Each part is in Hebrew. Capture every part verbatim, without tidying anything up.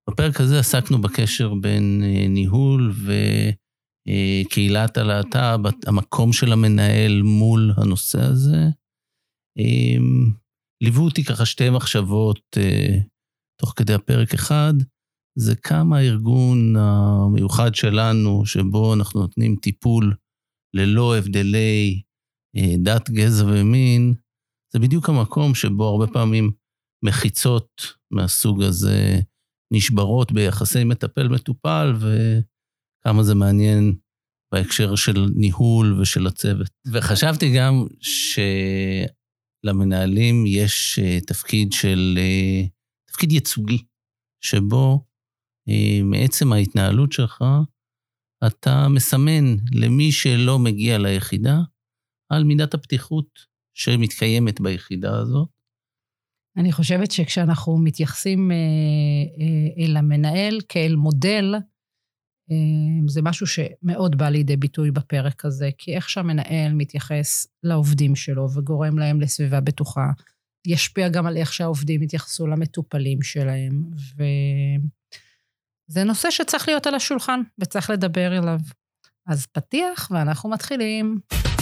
בפרק הזה עסקנו בקשר בין ניהול וקהילת הלהט"ב, המקום של המנהל מול הנושא הזה. ליוו אותי ככה שתי מחשבות תוך כדי הפרק אחד, זה כמה הארגון המיוחד שלנו, שבו אנחנו נותנים טיפול ללא הבדלי דת, גזע ומין, זה בדיוק המקום שבו הרבה פעמים מחיצות מהסוג הזה נשברות ביחסי מטפל מטופל, וכמה זה מעניין בהקשר של ניהול ושל הצוות. וחשבתי גם שלמנהלים יש תפקיד של, תפקיד ייצוגי, שבו מעצם ההתנהלות שלך, אתה מסמן למי שלא מגיע ליחידה, על מידת הפתיחות שמתקיימת ביחידה הזאת. אני חושבת שכשאנחנו מתייחסים אל המנהל כאל מודל, זה משהו שמאוד בא לידי ביטוי בפרק הזה, כי איך שהמנהל מתייחס לעובדים שלו וגורם להם לסביבה בטוחה, ישפיע גם על איך שהעובדים יתייחסו למטופלים שלהם, וזה נושא שצריך להיות על השולחן וצריך לדבר אליו. אז פתיח ואנחנו מתחילים.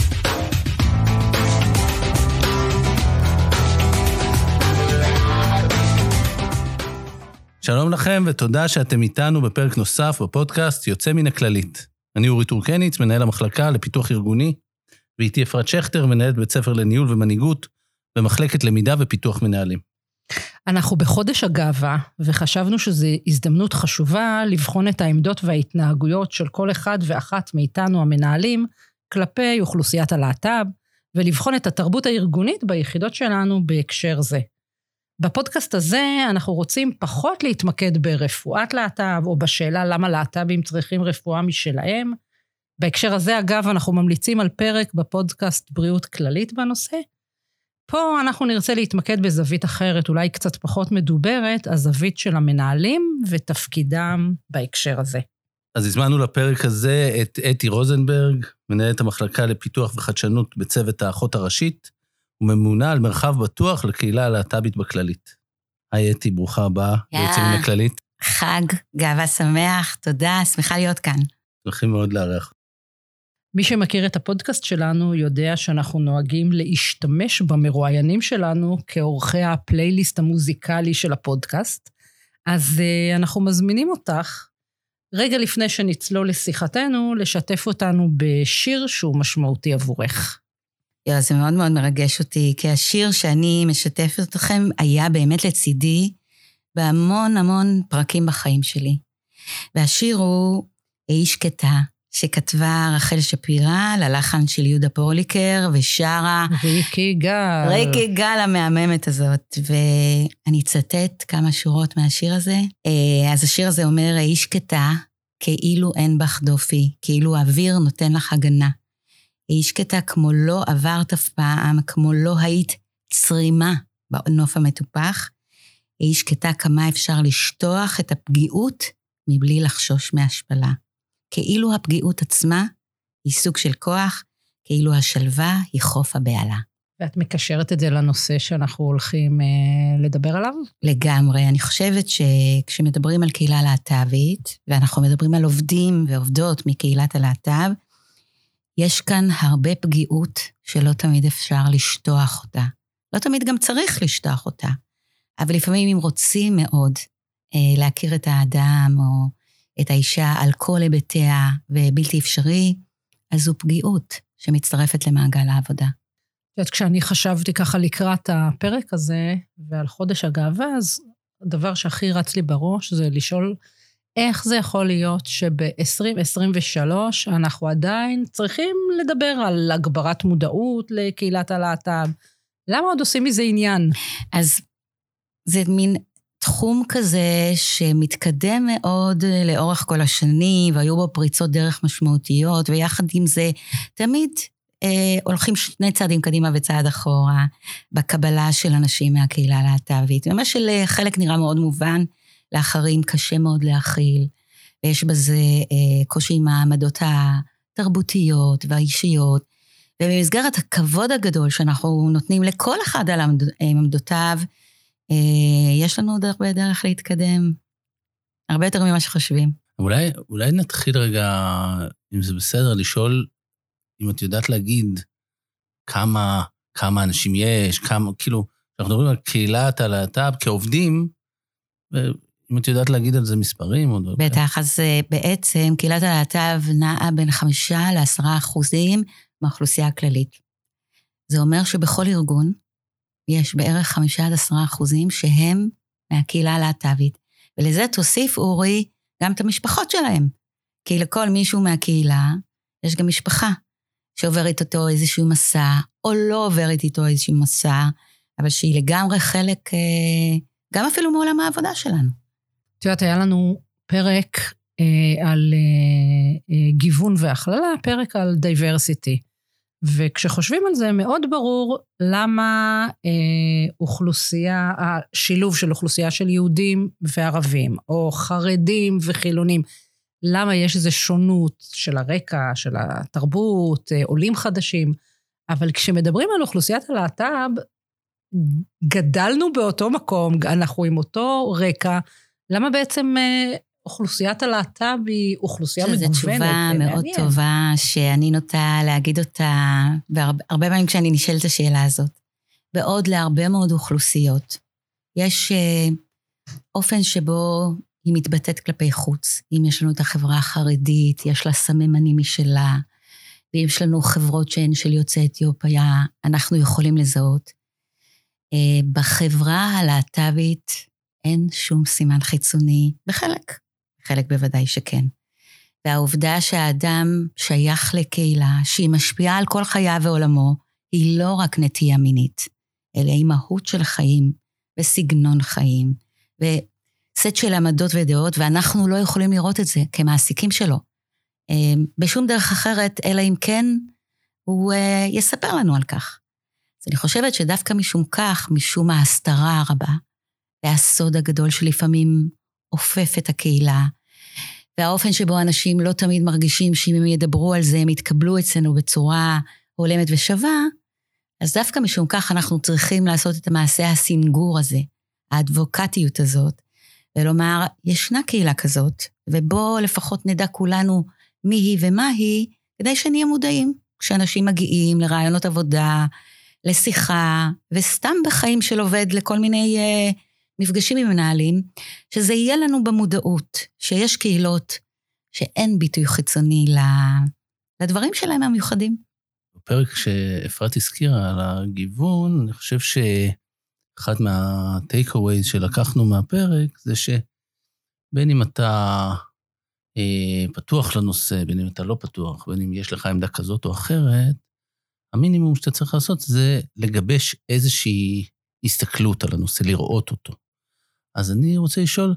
שלום לכם ותודה שאתם איתנו בפרק נוסף בפודקאסט יוצא מן הכללית. אני אורי טורקניץ, מנהל המחלקה לפיתוח ארגוני, ואיתי אפרת שכטר, מנהלת בית ספר לניהול ומנהיגות, במחלקת למידה ופיתוח מנהלים. אנחנו בחודש הגאווה, וחשבנו שזו הזדמנות חשובה לבחון את העמדות וההתנהגויות של כל אחד ואחת מאיתנו המנהלים, כלפי אוכלוסיית הלהט"ב, ולבחון את התרבות הארגונית ביחידות שלנו בהקשר זה. בפודקאסט הזה אנחנו רוצים פחות להתמקד ברפואת להט"ב, או בשאלה למה להט"בים צריכים רפואה משלהם. בהקשר הזה, אגב, אנחנו ממליצים על פרק בפודקאסט בריאות כללית בנושא. פה אנחנו נרצה להתמקד בזווית אחרת, אולי קצת פחות מדוברת, הזווית של המנהלים ותפקידם בהקשר הזה. אז הזמנו לפרק הזה את אתי רוזנברג, מנהלת המחלקה לפיתוח וחדשנות בצוות האחות הראשית, וממונה על מרחב בטוח לקהילה הלהט"בית בכללית. היי אתי, ברוכה הבאה, יוצא מן הכללית. חג, גאווה שמח, תודה, שמחה להיות כאן. שמחים מאוד לארח. מי שמכיר את הפודקאסט שלנו יודע שאנחנו נוהגים להשתמש במרואיינים שלנו כאורחי הפלייליסט המוזיקלי של הפודקאסט, אז uh, אנחנו מזמינים אותך, רגע לפני שנצלול לשיחתנו, לשתף אותנו בשיר שהוא משמעותי עבורך. יו, זה מאוד מאוד מרגש אותי, כי השיר שאני משתפת אתכם היה באמת לצידי בהמון המון פרקים בחיים שלי. והשיר הוא "היא שקטה", שכתבה רחל שפירא, ללחן של יהודה פורליקר, ושרה ריקי גל. ריקי גל המהממת הזאת, ואני אצטט כמה שורות מהשיר הזה. אז השיר הזה אומר, "היא שקטה, כאילו אין בך דופי, כאילו האוויר נותן לך הגנה. היא שקטה כמו לא עברת אף פעם, כמו לא היית צרימה בנוף המטופח. היא שקטה כמה אפשר לשטוח את הפגיעות מבלי לחשוש מהשפלה. כאילו הפגיעות עצמה היא סוג של כוח, כאילו השלווה היא חוף הבעלה." ואת מקשרת את זה לנושא שאנחנו הולכים אה, לדבר עליו? לגמרי. אני חושבת שכשמדברים על קהילה להט"בית, ואנחנו מדברים על עובדים ועובדות מקהילת הלהט"ב, יש כאן הרבה פגיעות שלא תמיד אפשר לשטוח אותה. לא תמיד גם צריך לשטוח אותה. אבל לפעמים אם רוצים מאוד אה, להכיר את האדם או את האישה על כל היבטיה ובלתי אפשרי, אז זו פגיעות שמצטרפת למעגל העבודה. כשאני חשבתי ככה לקראת הפרק הזה ועל חודש הגאווה, אז הדבר שהכי רץ לי בראש זה לשאול איך זה יכול להיות שב-עשרים עשרים ושלוש אנחנו עדיין צריכים לדבר על הגברת מודעות לקהילת הלהט"ב. למה עוד עושים מזה עניין? אז זה מין תחום כזה שמתקדם מאוד לאורך כל השנים, והיו בו פריצות דרך משמעותיות, ויחד עם זה תמיד אה, הולכים שני צעדים קדימה וצעד אחורה, בקבלה של אנשים מהקהילה הלהט"בית. ומה שלחלק נראה מאוד מובן, לאחרים קשה מאוד להכיל, ויש בזה אה, קושי עם העמדות התרבותיות והאישיות, ובמסגרת הכבוד הגדול שאנחנו נותנים לכל אחד על עמדותיו, יש לנו עוד הרבה דרך להתקדם. הרבה יותר ממה שחושבים. אולי, אולי נתחיל רגע, אם זה בסדר, לשאול, אם את יודעת להגיד כמה, כמה אנשים יש, כמה, כאילו, אנחנו מדברים על קהילת הלהט"ב כעובדים, אם את יודעת להגיד על זה מספרים או דבר. בטח, אז בעצם קהילת הלהט"ב נעה בין חמישה לעשרה אחוזים מהאוכלוסייה הכללית. זה אומר שבכל ארגון יש בערך חמישה עד עשרה אחוזים שהם מהקהילה הלהט"בית. ולזה תוסיף, אורי, גם את המשפחות שלהם. כי לכל מישהו מהקהילה יש גם משפחה שעוברת איתו איזשהו מסע, או לא עוברת איתו איזשהו מסע, אבל שהיא לגמרי חלק, גם אפילו מעולם העבודה שלנו. את יודעת, היה לנו פרק אה, על אה, אה, גיוון והכללה, פרק על דייברסיטי. וכשחושבים על זה, מאוד ברור למה אה, אוכלוסייה, השילוב של אוכלוסייה של יהודים וערבים, או חרדים וחילונים, למה יש איזו שונות של הרקע, של התרבות, אה, עולים חדשים, אבל כשמדברים על אוכלוסיית הלהט"ב, גדלנו באותו מקום, אנחנו עם אותו רקע, למה בעצם אה, אוכלוסיית הלהט"ב היא אוכלוסייה מגוונת? זו תשובה מאוד טובה, שאני נוטה להגיד אותה, והרבה פעמים כשאני נשאלת השאלה הזאת, בעוד להרבה מאוד אוכלוסיות, יש אה, אופן שבו היא מתבטאת כלפי חוץ. אם יש לנו את החברה החרדית, יש לה סממנים משלה, ואם יש לנו חברות שהן של יוצאי אתיופיה, אנחנו יכולים לזהות. אה, בחברה הלהט"בית אין שום סימן חיצוני, בחלק, בחלק בוודאי שכן. והעובדה שהאדם שייך לקהילה, שהיא משפיעה על כל חייו ועולמו, היא לא רק נטייה מינית, אלא היא מהות של חיים, וסגנון חיים, וסט של עמדות ודעות, ואנחנו לא יכולים לראות את זה כמעסיקים שלו. בשום דרך אחרת, אלא אם כן, הוא יספר לנו על כך. אז אני חושבת שדווקא משום כך, משום ההסתרה הרבה, והסוד הגדול שלפעמים אופף את הקהילה, והאופן שבו אנשים לא תמיד מרגישים שאם הם ידברו על זה, הם יתקבלו אצלנו בצורה הולמת ושווה, אז דווקא משום כך אנחנו צריכים לעשות את המעשה הסינגור הזה, האדבוקטיות הזאת, ולומר, ישנה קהילה כזאת, ובוא לפחות נדע כולנו מי היא ומה היא, כדי שנהיה מודעים, כשאנשים מגיעים לרעיונות עבודה, לשיחה, וסתם בחיים של עובד לכל מיני uh, מפגשים עם מנהלים, שזה יהיה לנו במודעות, שיש קהילות שאין ביטוי חיצוני לדברים שלהם המיוחדים. בפרק שאפרת הזכירה על הגיוון, אני חושב שאחד מה-takeaways שלקחנו מהפרק, זה שבין אם אתה אה, פתוח לנושא, בין אם אתה לא פתוח, בין אם יש לך עמדה כזאת או אחרת, המינימום שאתה צריך לעשות זה לגבש איזושהי הסתכלות על הנושא, לראות אותו. אז אני רוצה לשאול,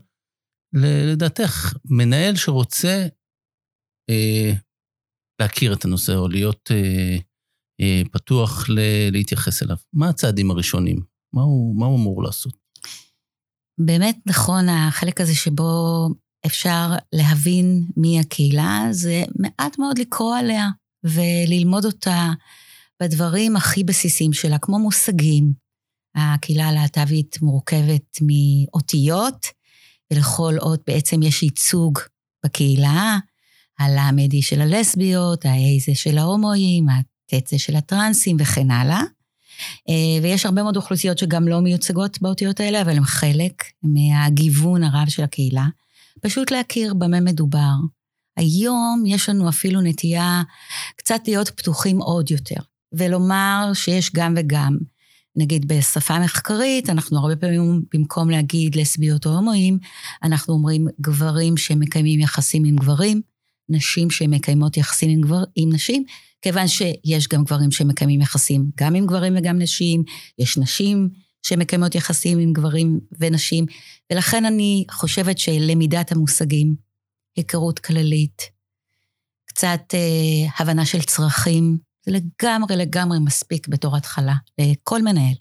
לדעתך, מנהל שרוצה אה, להכיר את הנושא, או להיות אה, אה, פתוח ל- להתייחס אליו, מה הצעדים הראשונים? מה הוא, מה הוא אמור לעשות? באמת נכון, החלק הזה שבו אפשר להבין מי הקהילה, זה מעט מאוד לקרוא עליה, וללמוד אותה בדברים הכי בסיסיים שלה, כמו מושגים. הקהילה הלהט"בית מורכבת מאותיות, ולכל אות בעצם יש ייצוג בקהילה, הלמד היא של הלסביות, ה-A זה של ההומואים, ה-T זה של הטרנסים וכן הלאה. ויש הרבה מאוד אוכלוסיות שגם לא מיוצגות באותיות האלה, אבל הם חלק מהגיוון הרב של הקהילה. פשוט להכיר במה מדובר. היום יש לנו אפילו נטייה קצת להיות פתוחים עוד יותר, ולומר שיש גם וגם. נגיד בשפה מחקרית, אנחנו הרבה פעמים במקום להגיד לסביות או הומואים, אנחנו אומרים גברים שמקיימים יחסים עם גברים, נשים שמקיימות יחסים עם, גבר, עם נשים, כיוון שיש גם גברים שמקיימים יחסים גם עם גברים וגם נשים, יש נשים שמקיימות יחסים עם גברים ונשים, ולכן אני חושבת שלמידת המושגים, היכרות כללית, קצת אה, הבנה של צרכים, זה לגמרי לגמרי מספיק בתור התחלה, לכל מנהל.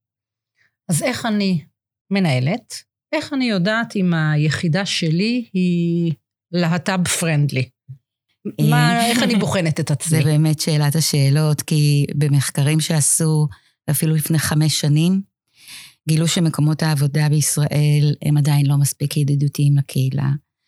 אז איך אני מנהלת? איך אני יודעת אם היחידה שלי היא להט"ב פרנדלי? מה, איך אני בוחנת את עצמי? זה באמת שאלת השאלות, כי במחקרים שעשו, אפילו לפני חמש שנים, גילו שמקומות העבודה בישראל הם עדיין לא מספיק ידידותיים לקהילה.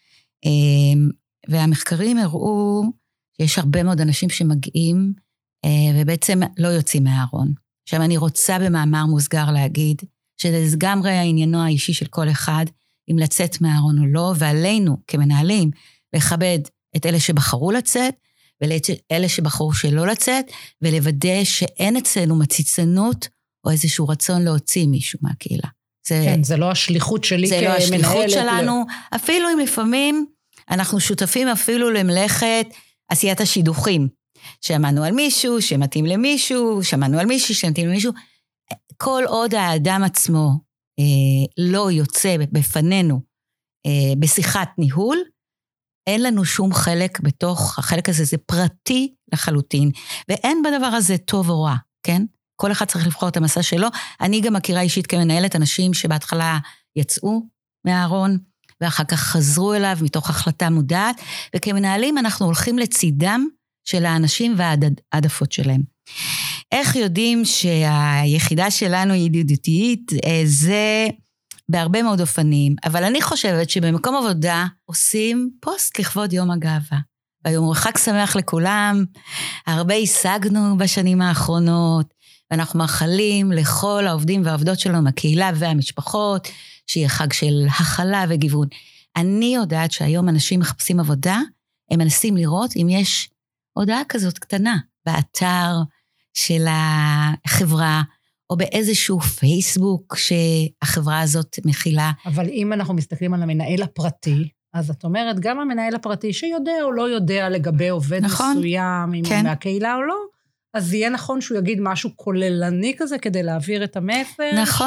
והמחקרים הראו שיש הרבה מאוד אנשים שמגיעים ובעצם לא יוצאים מהארון. עכשיו אני רוצה במאמר מוסגר להגיד שזה גם ראה העניינו האישי של כל אחד, אם לצאת מהארון או לא, ועלינו כמנהלים לכבד את אלה שבחרו לצאת, ואלה שבחרו שלא לצאת, ולוודא שאין אצלנו מציצנות, או איזשהו רצון להוציא מישהו מהקהילה. זה, כן, זה לא השליחות שלי זה כמנהלת. זה לא השליחות שלנו, אפילו אם לפעמים אנחנו שותפים אפילו למלאכת עשיית השידוכים. שמענו על מישהו, שמתאים למישהו, שמענו על מישהו, שמתאים למישהו. כל עוד האדם עצמו אה, לא יוצא בפנינו אה, בשיחת ניהול, אין לנו שום חלק בתוך, החלק הזה זה פרטי לחלוטין, ואין בדבר הזה טוב או רע, כן? כל אחד צריך לבחור את המסע שלו. אני גם מכירה אישית כמנהלת אנשים שבהתחלה יצאו מהארון, ואחר כך חזרו אליו מתוך החלטה מודעת, וכמנהלים אנחנו הולכים לצידם של האנשים והעדפות שלהם. איך יודעים שהיחידה שלנו היא ידידותית? זה בהרבה מאוד אופנים, אבל אני חושבת שבמקום עבודה עושים פוסט לכבוד יום הגאווה. והיום חג שמח לכולם, הרבה השגנו בשנים האחרונות, ואנחנו מאחלים לכל העובדים והעובדות שלנו, מהקהילה והמשפחות, שיהיה חג של הכלה וגיוון. אני יודעת שהיום אנשים מחפשים עבודה, הם מנסים לראות אם יש הודעה כזאת קטנה, באתר של החברה, או באיזשהו פייסבוק שהחברה הזאת מכילה. אבל אם אנחנו מסתכלים על המנהל הפרטי, אז את אומרת, גם המנהל הפרטי שיודע או לא יודע לגבי עובד נכון, מסוים, אם כן. הוא מהקהילה או לא, אז יהיה נכון שהוא יגיד משהו כוללני כזה, כדי להעביר את המסר, נכון.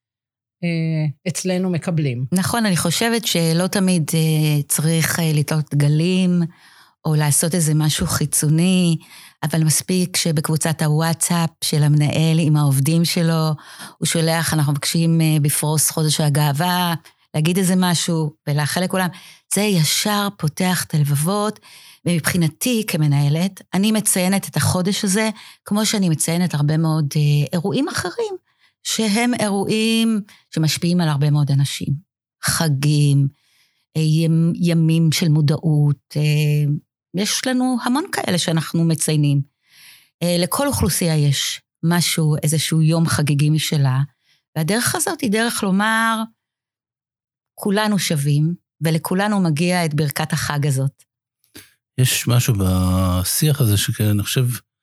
שאצלנו מקבלים. נכון, אני חושבת שלא תמיד צריך לתלות גלים, או לעשות איזה משהו חיצוני, אבל מספיק שבקבוצת הוואטסאפ של המנהל עם העובדים שלו, הוא שולח, אנחנו מבקשים בפרוס חודש הגאווה, להגיד איזה משהו ולאחל לכולם, זה ישר פותח את הלבבות, ומבחינתי כמנהלת, אני מציינת את החודש הזה, כמו שאני מציינת הרבה מאוד אירועים אחרים, שהם אירועים שמשפיעים על הרבה מאוד אנשים. חגים, ימים של מודעות, יש לנו המון כאלה שאנחנו מציינים. לכל אוכלוסייה יש משהו, איזשהו יום חגיגי משלה, והדרך הזאת היא דרך לומר, כולנו שווים, ולכולנו מגיע את ברכת החג הזאת. יש משהו בשיח הזה שאני חושב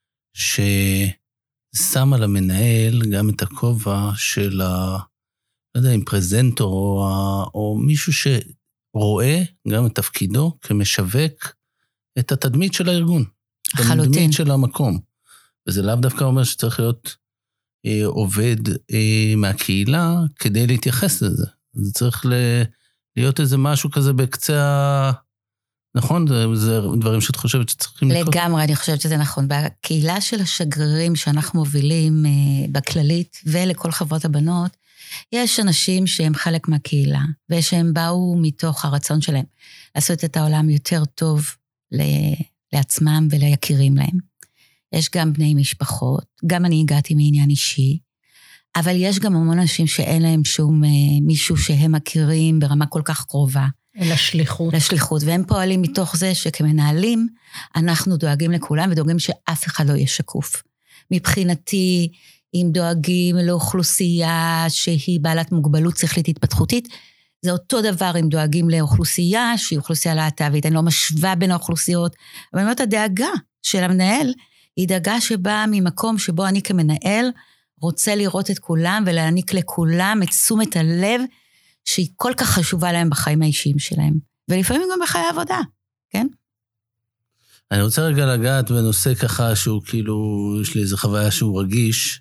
ששם על המנהל גם את הכובע של ה... לא יודע, עם פרזנטור או, או מישהו שרואה גם את תפקידו כמשווק את התדמית של הארגון. חלוטין. את התדמית של המקום. וזה לאו דווקא אומר שצריך להיות אה, עובד אה, מהקהילה כדי להתייחס לזה. זה צריך ל... להיות איזה משהו כזה בקצה ה... נכון? זה, זה דברים שאת חושבת שצריכים לקרות? לגמרי, אני חושבת שזה נכון. בקהילה של השגרירים שאנחנו מובילים אה, בכללית ולכל חברות הבנות, יש אנשים שהם חלק מהקהילה, ושהם באו מתוך הרצון שלהם לעשות את העולם יותר טוב לעצמם וליקירים להם. יש גם בני משפחות, גם אני הגעתי מעניין אישי, אבל יש גם המון אנשים שאין להם שום מישהו שהם מכירים ברמה כל כך קרובה. לשליחות. לשליחות, והם פועלים מתוך זה שכמנהלים, אנחנו דואגים לכולם ודואגים שאף אחד לא יהיה שקוף. מבחינתי, אם דואגים לאוכלוסייה שהיא בעלת מוגבלות שכלית התפתחותית, זה אותו דבר אם דואגים לאוכלוסייה שהיא אוכלוסייה להט"בית, אני לא משווה בין האוכלוסיות, אבל אני אומרת, הדאגה של המנהל היא דאגה שבאה ממקום שבו אני כמנהל רוצה לראות את כולם ולהעניק לכולם את תשומת הלב שהיא כל כך חשובה להם בחיים האישיים שלהם, ולפעמים גם בחיי העבודה, כן? אני רוצה רגע לגעת בנושא ככה שהוא כאילו, יש לי איזו חוויה שהוא רגיש,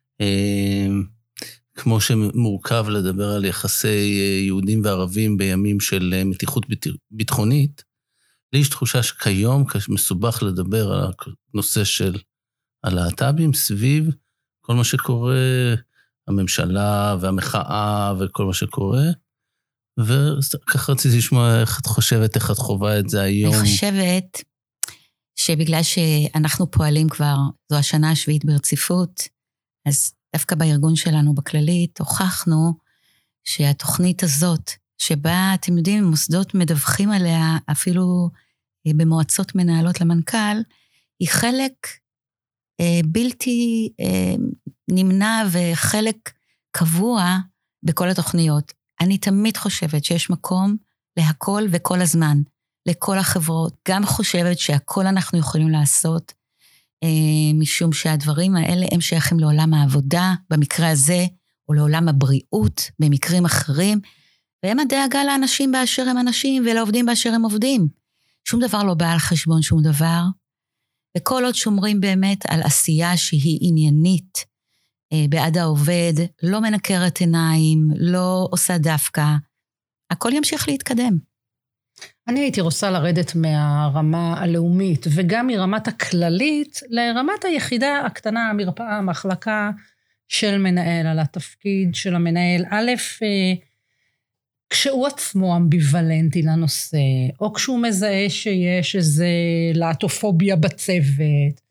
כמו שמורכב לדבר על יחסי יהודים וערבים בימים של מתיחות ביטחונית, לי יש תחושה שכיום מסובך לדבר על הנושא של הלהט"בים סביב כל מה שקורה, הממשלה והמחאה וכל מה שקורה, וככה רציתי לשמוע איך את חושבת, איך את חווה את זה היום. אני חושבת שבגלל שאנחנו פועלים כבר, זו השנה השביעית ברציפות, אז דווקא בארגון שלנו בכללית, הוכחנו שהתוכנית הזאת, שבה אתם יודעים, מוסדות מדווחים עליה, אפילו במועצות מנהלות למנכ"ל, היא חלק אה, בלתי אה, נמנע וחלק קבוע בכל התוכניות. אני תמיד חושבת שיש מקום להכל וכל הזמן, לכל החברות. גם חושבת שהכל אנחנו יכולים לעשות, אה, משום שהדברים האלה הם שייכים לעולם העבודה, במקרה הזה, או לעולם הבריאות, במקרים אחרים, והם הדאגה לאנשים באשר הם אנשים, ולעובדים באשר הם עובדים. שום דבר לא בא על חשבון שום דבר, וכל עוד שומרים באמת על עשייה שהיא עניינית, אה, בעד העובד, לא מנקרת עיניים, לא עושה דווקא, הכל ימשיך להתקדם. אני הייתי רוצה לרדת מהרמה הלאומית, וגם מרמת הכללית, לרמת היחידה הקטנה, המרפאה, המחלקה של מנהל, על התפקיד של המנהל. א', כשהוא עצמו אמביוולנטי לנושא, או כשהוא מזהה שיש איזה להטופוביה בצוות,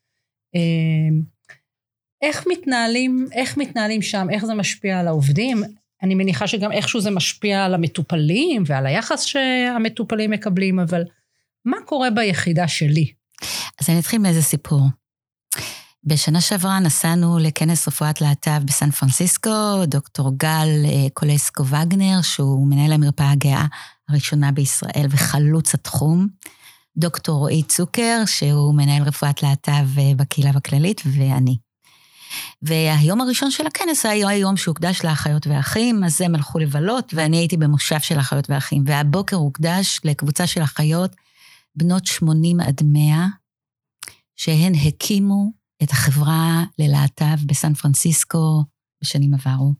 איך מתנהלים, איך מתנהלים שם, איך זה משפיע על העובדים? אני מניחה שגם איכשהו זה משפיע על המטופלים, ועל היחס שהמטופלים מקבלים, אבל מה קורה ביחידה שלי? אז אני אתחיל מאיזה סיפור. בשנה שעברה נסענו לכנס רפואת להט"ב בסן פרנסיסקו, דוקטור גל קולסקו וגנר, שהוא מנהל המרפאה הגאה הראשונה בישראל וחלוץ התחום, דוקטור רועי צוקר, שהוא מנהל רפואת להט"ב בקהילה בכללית, ואני. והיום הראשון של הכנס היה היום שהוקדש לאחיות ואחים, אז הם הלכו לבלות, ואני הייתי במושב של אחיות ואחים, והבוקר הוקדש לקבוצה של אחיות, בנות שמונים עד מאה, שהן הקימו את החברה ללהט"ב בסן פרנסיסקו בשנים עברו,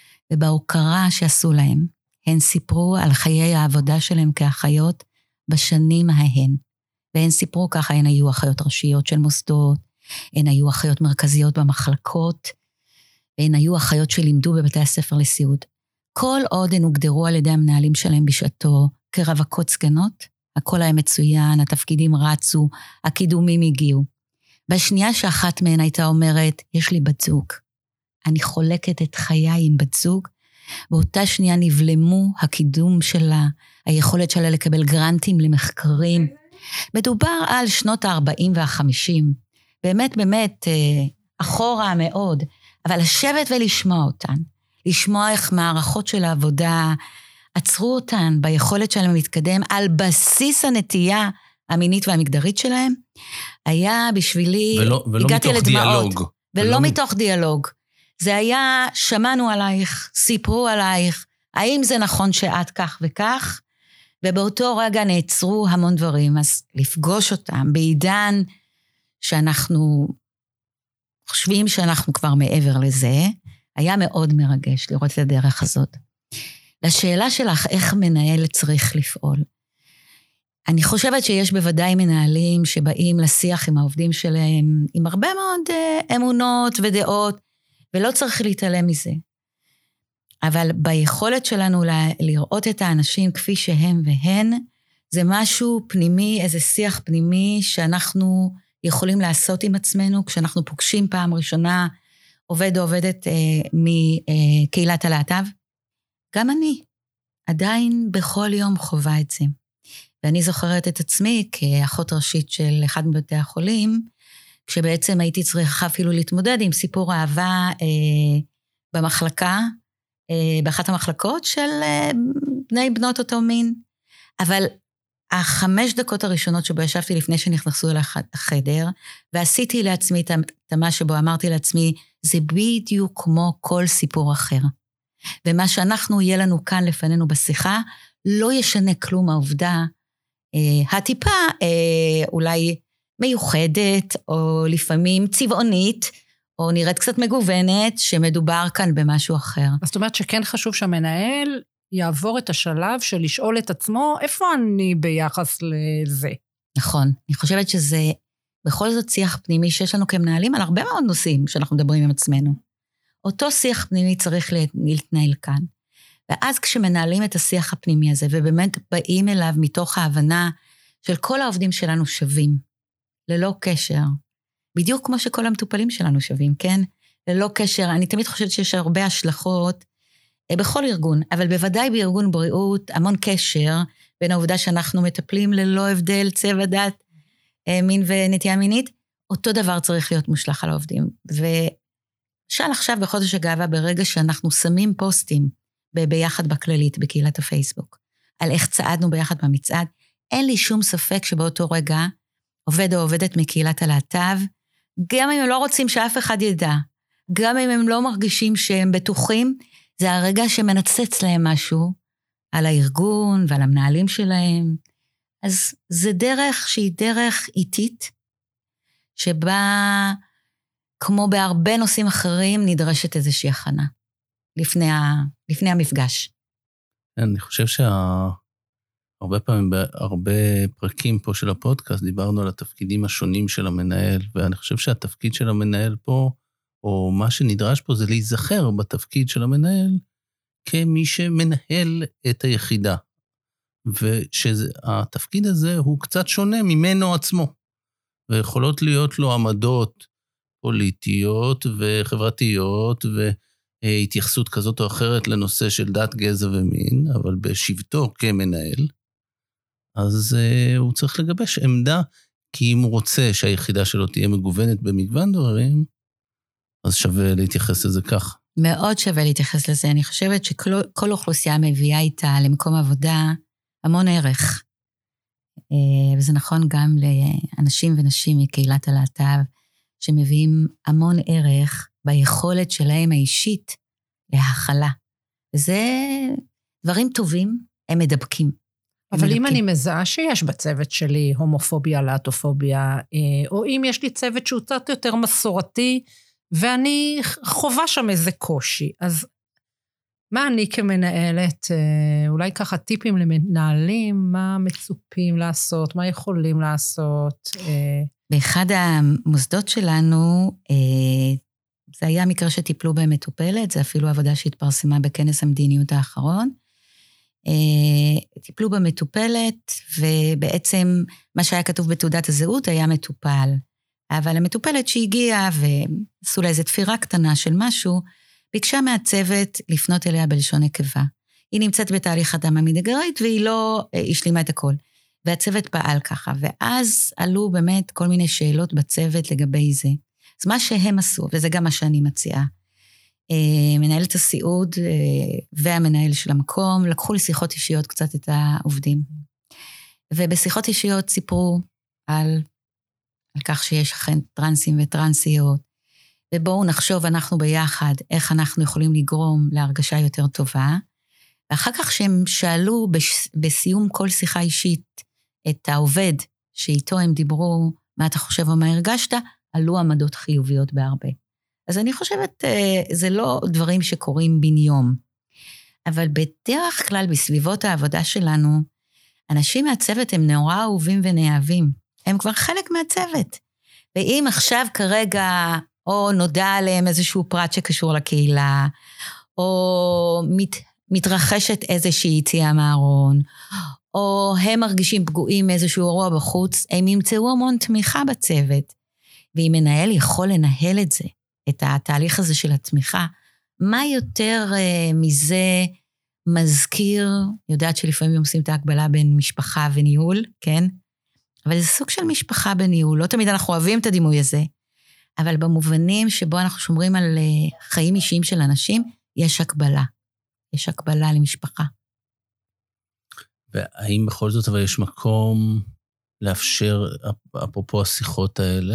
ובהוקרה שעשו להם, הן סיפרו על חיי העבודה שלהם כאחיות בשנים ההן, והן סיפרו ככה, הן היו אחיות ראשיות של מוסדות, הן היו אחיות מרכזיות במחלקות, והן היו אחיות שלימדו בבתי הספר לסיעוד. כל עוד הן הוגדרו על ידי המנהלים שלהם בשעתו כרווקות סגנות, הכל היה מצוין, התפקידים רצו, הקידומים הגיעו. בשנייה שאחת מהן הייתה אומרת, יש לי בת זוג, אני חולקת את חיי עם בת זוג, באותה שנייה נבלמו הקידום שלה, היכולת שלה לקבל גרנטים למחקרים. מדובר על שנות ה-ארבעים וה-חמישים, באמת באמת אחורה מאוד, אבל לשבת ולשמוע אותן, לשמוע איך מערכות של העבודה עצרו אותן ביכולת שלהם להתקדם על בסיס הנטייה המינית והמגדרית שלהם, היה בשבילי, ולא, ולא הגעתי מתוך לדמעות, דיאלוג. ולא, ולא מתוך דיאלוג. זה היה, שמענו עלייך, סיפרו עלייך, האם זה נכון שאת כך וכך, ובאותו רגע נעצרו המון דברים, אז לפגוש אותם בעידן שאנחנו חושבים שאנחנו כבר מעבר לזה, היה מאוד מרגש לראות את הדרך הזאת. לשאלה שלך, איך מנהל צריך לפעול? אני חושבת שיש בוודאי מנהלים שבאים לשיח עם העובדים שלהם, עם הרבה מאוד uh, אמונות ודעות, ולא צריך להתעלם מזה. אבל ביכולת שלנו ל- לראות את האנשים כפי שהם והן, זה משהו פנימי, איזה שיח פנימי שאנחנו יכולים לעשות עם עצמנו, כשאנחנו פוגשים פעם ראשונה עובד או עובדת אה, מקהילת הלהט"ב. גם אני עדיין בכל יום חובה את זה. ואני זוכרת את עצמי כאחות ראשית של אחד מבתי החולים, כשבעצם הייתי צריכה אפילו להתמודד עם סיפור אהבה אה, במחלקה, אה, באחת המחלקות של אה, בני בנות אותו מין. אבל החמש דקות הראשונות שבו ישבתי לפני שנכנסו אל החדר, ועשיתי לעצמי את התמה שבו אמרתי לעצמי, זה בדיוק כמו כל סיפור אחר. ומה שאנחנו יהיה לנו כאן לפנינו בשיחה, לא ישנה כלום העובדה, אה, הטיפה אה, אולי מיוחדת, או לפעמים צבעונית, או נראית קצת מגוונת, שמדובר כאן במשהו אחר. אז זאת אומרת שכן חשוב שהמנהל יעבור את השלב של לשאול את עצמו, איפה אני ביחס לזה? נכון, אני חושבת שזה בכל זאת שיח פנימי שיש לנו כמנהלים על הרבה מאוד נושאים שאנחנו מדברים עם עצמנו. אותו שיח פנימי צריך להתנהל כאן. ואז כשמנהלים את השיח הפנימי הזה, ובאמת באים אליו מתוך ההבנה של כל העובדים שלנו שווים, ללא קשר, בדיוק כמו שכל המטופלים שלנו שווים, כן? ללא קשר, אני תמיד חושבת שיש הרבה השלכות בכל ארגון, אבל בוודאי בארגון בריאות, המון קשר בין העובדה שאנחנו מטפלים ללא הבדל צבע דת, מין ונטייה מינית, אותו דבר צריך להיות מושלך על העובדים. ושאל עכשיו בחודש הגאווה, ברגע שאנחנו שמים פוסטים ביחד בכללית, בקהילת הפייסבוק, על איך צעדנו ביחד במצעד, אין לי שום ספק שבאותו רגע, עובד או עובדת מקהילת הלהט"ב, גם אם הם לא רוצים שאף אחד ידע, גם אם הם לא מרגישים שהם בטוחים, זה הרגע שמנצץ להם משהו על הארגון ועל המנהלים שלהם. אז זה דרך שהיא דרך איטית, שבה, כמו בהרבה נושאים אחרים, נדרשת איזושהי הכנה, לפני, ה, לפני המפגש. אני חושב שהרבה פעמים, בהרבה פרקים פה של הפודקאסט, דיברנו על התפקידים השונים של המנהל, ואני חושב שהתפקיד של המנהל פה, או מה שנדרש פה, זה להיזכר בתפקיד של המנהל, כמי שמנהל את היחידה. ושהתפקיד הזה הוא קצת שונה ממנו עצמו. ויכולות להיות לו עמדות פוליטיות וחברתיות, והתייחסות כזאת או אחרת לנושא של דת, גזע ומין, אבל בשבתו כמנהל, אז uh, הוא צריך לגבש עמדה, כי אם הוא רוצה שהיחידה שלו תהיה מגוונת במגוון דברים, אז שווה להתייחס לזה כך. מאוד שווה להתייחס לזה. אני חושבת שכל אוכלוסייה מביאה איתה למקום עבודה המון ערך. וזה נכון גם לאנשים ונשים מקהילת הלהט"ב, שמביאים המון ערך ביכולת שלהם האישית להכלה. וזה דברים טובים, הם מדבקים. אבל אם אני מזהה שיש בצוות שלי הומופוביה, להטופוביה, או אם יש לי צוות שהוא קצת יותר מסורתי, ואני חובה שם איזה קושי, אז מה אני כמנהלת, אולי ככה טיפים למנהלים, מה מצופים לעשות, מה יכולים לעשות? באחד המוסדות שלנו, זה היה מקרה שטיפלו בהם מטופלת, זה אפילו עבודה שהתפרסמה בכנס המדיניות האחרון, טיפלו במטופלת, ובעצם מה שהיה כתוב בתעודת הזהות היה מטופל, אבל המטופלת שהגיעה ועשו לה איזו תפירה קטנה של משהו, ביקשה מהצוות לפנות אליה בלשון נקבה. היא נמצאת בתהליך אדמה מדגרית, והיא לא השלימה את הכל. והצוות פעל ככה, ואז עלו באמת כל מיני שאלות בצוות לגבי זה. אז מה שהם עשו, וזה גם מה שאני מציעה, מנהלת הסיעוד והמנהל של המקום, לקחו לשיחות אישיות קצת את העובדים. ובשיחות אישיות סיפרו על, על כך שיש אכן טרנסים וטרנסיות, ובואו נחשוב אנחנו ביחד איך אנחנו יכולים לגרום להרגשה יותר טובה, ואחר כך שהם שאלו בסיום כל שיחה אישית את העובד שאיתו הם דיברו, מה אתה חושב או מה הרגשת, עלו עמדות חיוביות בהרבה. אז אני חושבת, זה לא דברים שקורים בן יום, אבל בדרך כלל בסביבות העבודה שלנו, אנשים מהצוות הם נורא אהובים ונאהבים, הם כבר חלק מהצוות, ואם עכשיו כרגע, או נודע עליהם איזשהו פרט שקשור לקהילה, או מת, מתרחשת איזושהי יציאה מהארון, או הם מרגישים פגועים מאיזשהו אירוע בחוץ, הם ימצאו המון תמיכה בצוות, ואם מנהל יכול לנהל את זה, את התהליך הזה של התמיכה, מה יותר uh, מזה מזכיר, יודעת שלפעמים עושים את ההקבלה בין משפחה וניהול, כן? אבל זה סוג של משפחה בניהול, לא תמיד אנחנו אוהבים את הדימוי הזה, אבל במובנים שבו אנחנו שומרים על uh, חיים אישיים של אנשים, יש הקבלה, יש הקבלה למשפחה. והאם בכל זאת אבל יש מקום לאפשר, אפרופו השיחות האלה,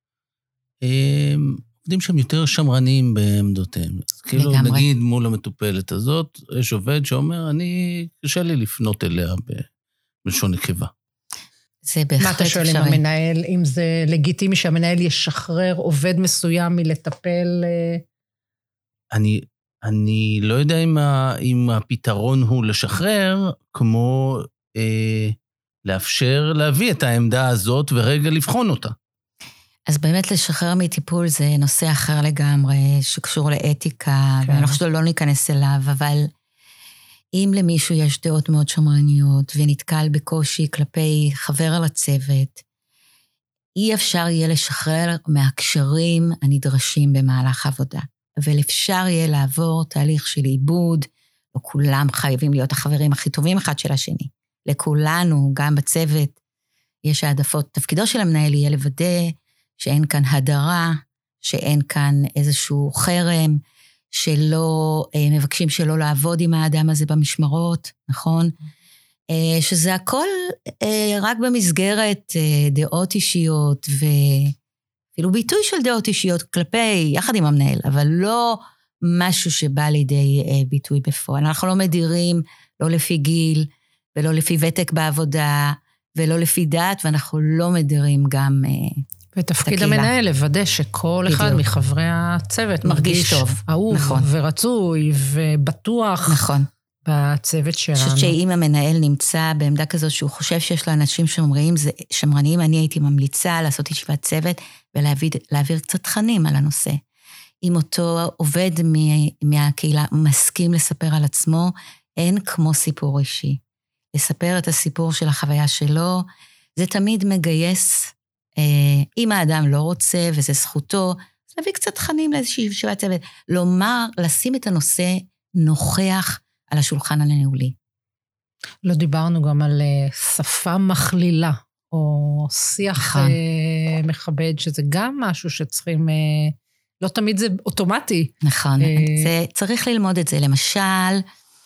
עובדים שהם יותר שמרנים בעמדותיהם. אז כאילו נגיד מול המטופלת הזאת, יש עובד שאומר, אני קשה לי לפנות אליה בלשון נקבה. זה בהחלט מה אתה שואל עם המנהל, אם זה לגיטימי שהמנהל ישחרר עובד מסוים מלטפל? אני, אני לא יודע אם, ה, אם הפתרון הוא לשחרר, כמו אה, לאפשר להביא את העמדה הזאת ורגע לבחון אותה. אז באמת לשחרר מטיפול זה נושא אחר לגמרי, שקשור לאתיקה, כן. ואני לא חושבת לא ניכנס אליו, אבל אם למישהו יש דעות מאוד שמרניות, ונתקל בקושי כלפי חבר על הצוות, אי אפשר יהיה לשחרר מהקשרים הנדרשים במהלך העבודה. אבל אפשר יהיה לעבור תהליך של עיבוד, לא כולם חייבים להיות החברים הכי טובים אחד של השני. לכולנו, גם בצוות, יש העדפות. תפקידו של המנהל יהיה לוודא שאין כאן הדרה, שאין כאן איזשהו חרם, שלא, מבקשים שלא לעבוד עם האדם הזה במשמרות, נכון? שזה הכל רק במסגרת דעות אישיות, ואפילו ביטוי של דעות אישיות כלפי, יחד עם המנהל, אבל לא משהו שבא לידי ביטוי בפועל. אנחנו לא מדירים, לא לפי גיל, ולא לפי ותק בעבודה, ולא לפי דת, ואנחנו לא מדירים גם ותפקיד המנהל לוודא שכל בדיוק. אחד מחברי הצוות מרגיש, מרגיש טוב, אהוב נכון. ורצוי ובטוח נכון. בצוות שלנו. אני חושבת שאם המנהל נמצא בעמדה כזאת שהוא חושב שיש לו אנשים שמרניים, זה שמרניים, אני הייתי ממליצה לעשות ישיבת צוות ולהעביר קצת תכנים על הנושא. אם אותו עובד מהקהילה מסכים לספר על עצמו, אין כמו סיפור אישי. לספר את הסיפור של החוויה שלו, זה תמיד מגייס, אם האדם לא רוצה וזה זכותו, אז להביא קצת תכנים לאיזושהי ישיבת צוות, לומר, לשים את הנושא נוכח על השולחן הנעולי. לא דיברנו גם על שפה מכלילה, או שיח נכון. מכבד, שזה גם משהו שצריכים, לא תמיד זה אוטומטי. נכון, זה, צריך ללמוד את זה. למשל,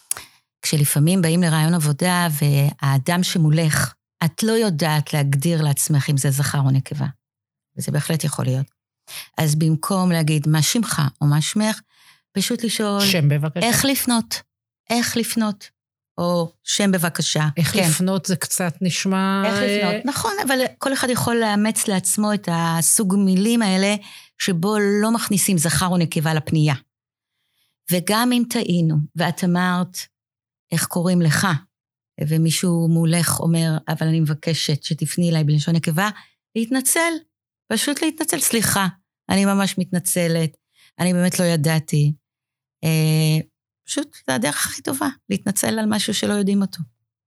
כשלפעמים באים לרעיון עבודה, והאדם שמולך, את לא יודעת להגדיר לעצמך אם זה זכר או נקבה. וזה בהחלט יכול להיות. אז במקום להגיד מה שמך או מה שמך, פשוט לשאול, שם בבקשה. איך לפנות? איך לפנות? או שם בבקשה. איך כן. לפנות זה קצת נשמע... איך לפנות, נכון, אבל כל אחד יכול לאמץ לעצמו את הסוג מילים האלה, שבו לא מכניסים זכר או נקבה לפנייה. וגם אם טעינו, ואת אמרת, איך קוראים לך? ומישהו מולך אומר, אבל אני מבקשת שתפני אליי בלשון נקבה, להתנצל, פשוט להתנצל, סליחה, אני ממש מתנצלת, אני באמת לא ידעתי. אה, פשוט זה הדרך הכי טובה, להתנצל על משהו שלא יודעים אותו.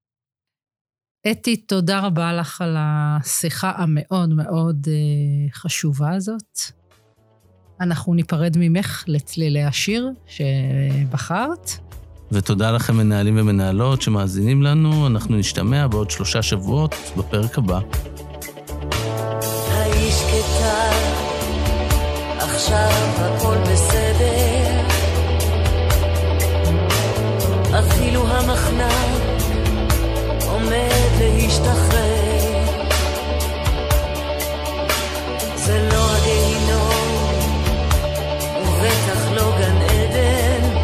אתי, תודה רבה לך על השיחה המאוד מאוד אה, חשובה הזאת. אנחנו ניפרד ממך לצלילי השיר שבחרת. ותודה לכם מנהלים ומנהלות שמאזינים לנו, אנחנו נשתמע בעוד שלושה שבועות בפרק הבא. האיש קטן, עכשיו הכל בסדר, אפילו המחנק עומד להשתחרר, זה לא הגיהינום ובטח לא גן עדן,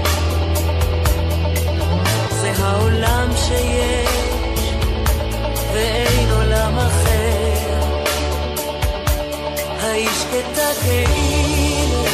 העולם שיש ואין עולם אחר, האיש קטע כאילו